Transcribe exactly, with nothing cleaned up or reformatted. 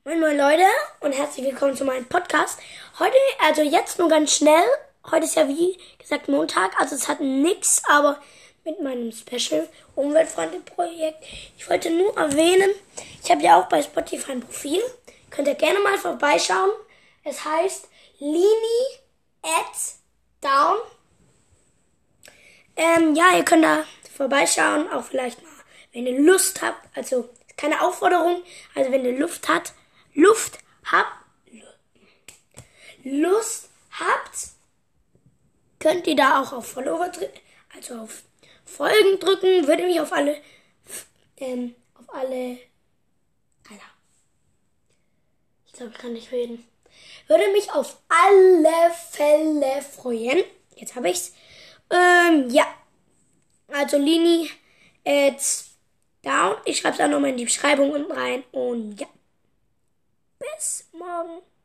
Moin moin Leute und herzlich willkommen zu meinem Podcast. Heute, also jetzt nur ganz schnell, heute ist ja wie gesagt Montag, also es hat nichts, aber mit meinem Special umweltfreundlich Projekt. Ich wollte nur erwähnen, ich habe ja auch bei Spotify ein Profil, könnt ihr gerne mal vorbeischauen. Es heißt Lini at Down. Ähm, ja, ihr könnt da vorbeischauen, auch vielleicht mal, wenn ihr Lust habt, also keine Aufforderung, also wenn ihr Luft habt, Luft habt, Lust habt, könnt ihr da auch auf Follower drücken, also auf Folgen drücken, würde mich auf alle, ähm, auf alle, Alter, ich glaube, ich kann nicht reden, würde mich auf alle Fälle freuen, jetzt habe ich's, ähm, ja, also Lini, it's down, ich schreibe es auch nochmal in die Beschreibung unten rein und ja. Bis morgen.